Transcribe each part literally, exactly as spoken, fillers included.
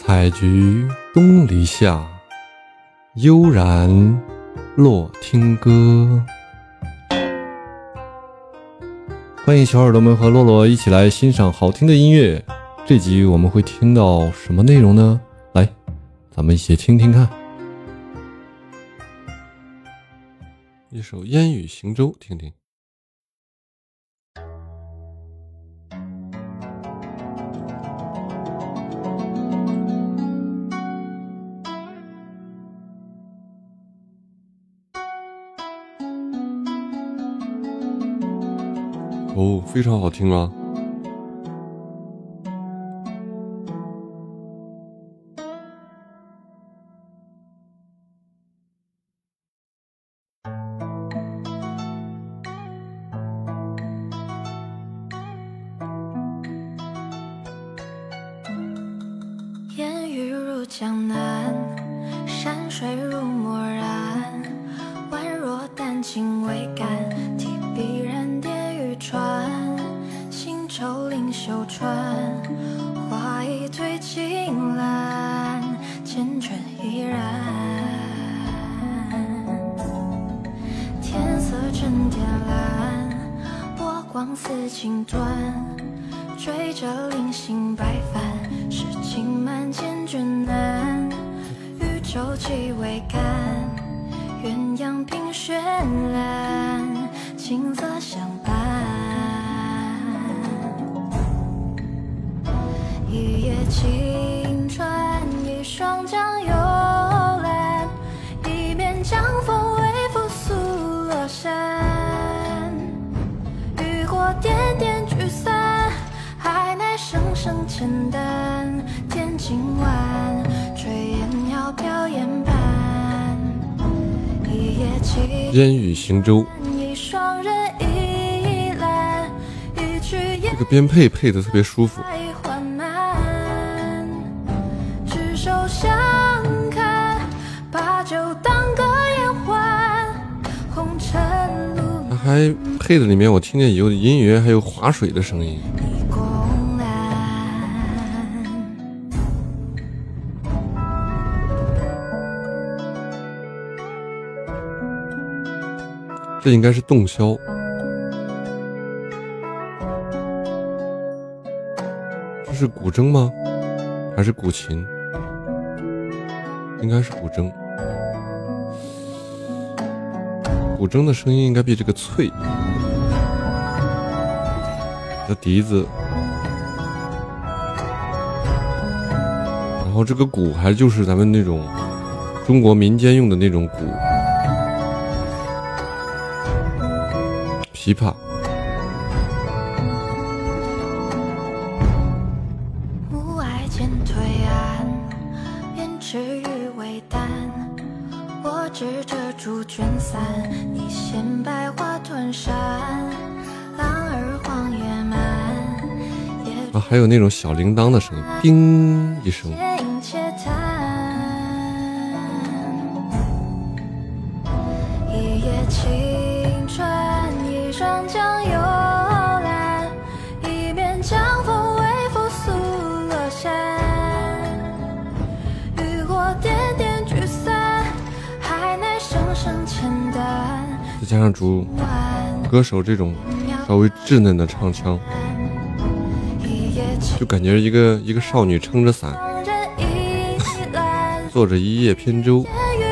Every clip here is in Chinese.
采菊东篱下，悠然落听歌。欢迎小耳朵们和洛洛一起来欣赏好听的音乐。这集我们会听到什么内容呢？来，咱们一起听听看。一首《烟雨行舟》，听听。哦，非常好听啊！ 烟雨如江南，山水如墨染，宛若丹青未干，提笔然点渔船，新愁临秀川，花一对青蓝，缱绻依然。天色正靛蓝，波光似锦缎，追着零星白帆，诗情满笺卷难，渔舟几桅杆，鸳鸯凭绚烂，青色相伴。一叶轻船，一双桨悠懒，一边江风微拂素罗衫，雨过点点聚散，海乃声声浅淡，天尽晚，炊烟袅飘烟斑。一叶轻烟雨行舟， 一双人倚栏，一曲这个编配配的特别舒服。 缓慢，执手相看，把酒当歌言欢，红尘路它还配的里面我听见有隐约还有划水的声音。这应该是洞箫，这是古筝吗？还是古琴？应该是古筝。古筝的声音应该比这个脆。这笛子，然后这个鼓还就是咱们那种中国民间用的那种鼓。琵琶， 暮霭间推岸，便知鱼为淡。我执着竹卷伞，你衔百花团扇。浪儿黄叶漫， 啊，还有那种小铃铛的声音，叮一声。 且饮且谈，一叶轻船，一双桨悠懒，一边江风微拂素罗衫，雨过点点聚散，海乃声声浅淡。 再加上主歌手这种稍微稚嫩的唱腔，就感觉一个一个少女撑着伞，坐着一叶扁舟，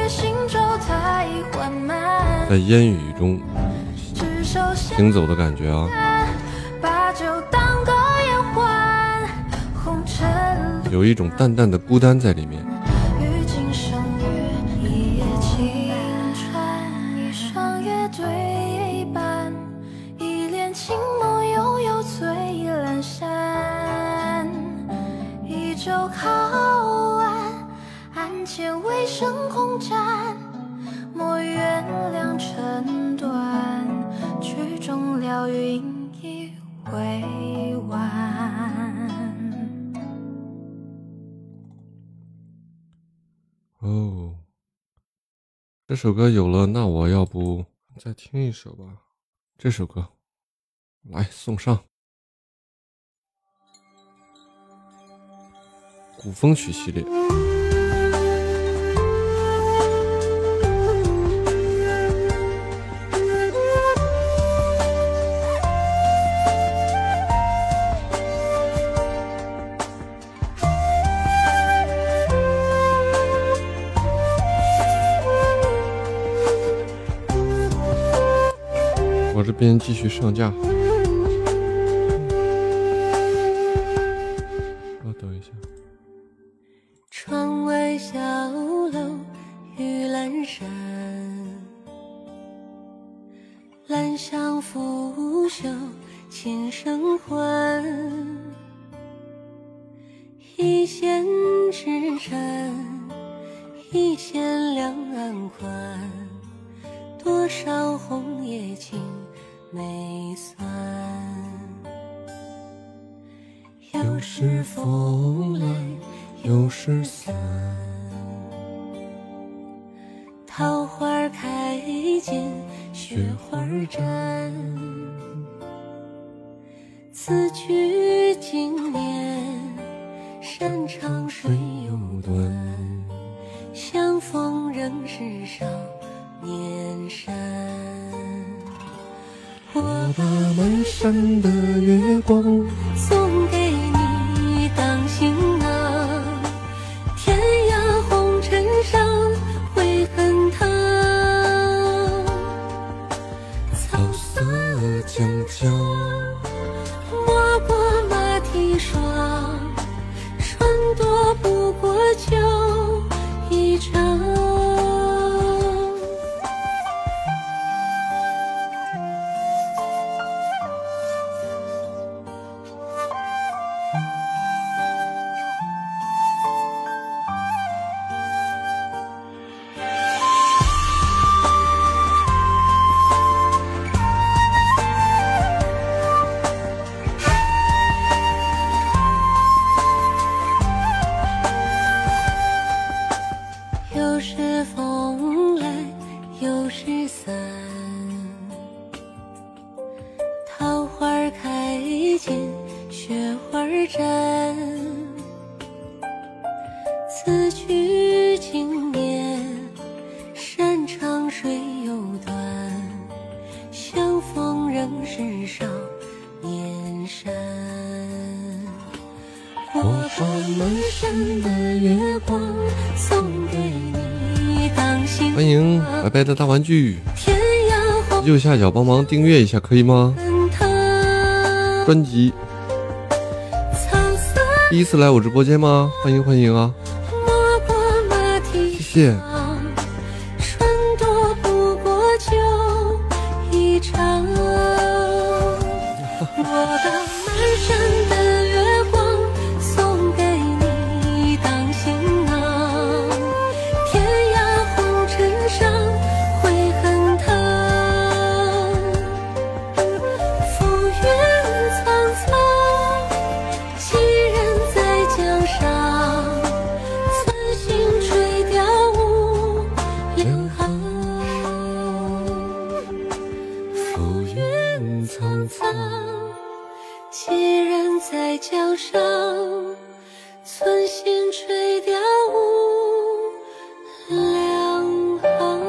在烟雨中行走的感觉啊。有一种淡淡的孤单在里面。 酒靠岸，案前微声空盏，莫原谅尘端，曲终了云已未完。 哦，这首歌有了，那我要不再听一首吧？这首歌，来送上。 古风曲系列。我这边继续上架。哦，等一下。 窗外小楼玉阑珊，兰香拂袖琴声唤，一线之缠，一线两岸宽，多少红叶情眉酸。有时风来有时散，桃花开尽雪花绽，此去经年，山长水又短，相逢仍是少年山。我把满山的月光送给你当行囊，天涯红尘上悔恨烫，草色将将摸过马蹄霜，船多不过秋一场。有时风来有时散，桃花开尽雪花绽，此去经年，山长水又短，相逢仍是少年山。我把满山的月光送给你当行囊， 欢迎白白的大玩具， 天涯红右下角帮忙订阅一下可以吗？ 尘烫， 专辑草色第一次来我直播间吗？欢迎欢迎啊！ 摸过马蹄谢谢。 船多不过秋一场。我把满山的月光送给你当行囊，天涯红尘上悔恨烫，浮云苍苍，几人在江上，寸心垂钓无两行。浮云苍苍，几人在江上，寸心垂钓无两行。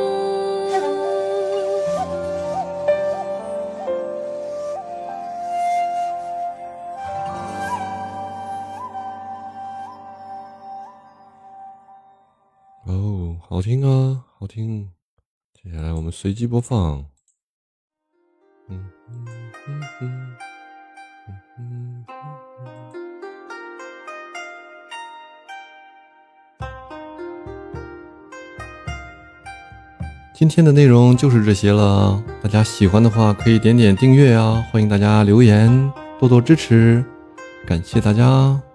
哦，好听啊，好听。接下来我们随机播放。嗯嗯嗯嗯嗯嗯今天的内容就是这些了，大家喜欢的话可以点点订阅啊，欢迎大家留言，多多支持，感谢大家。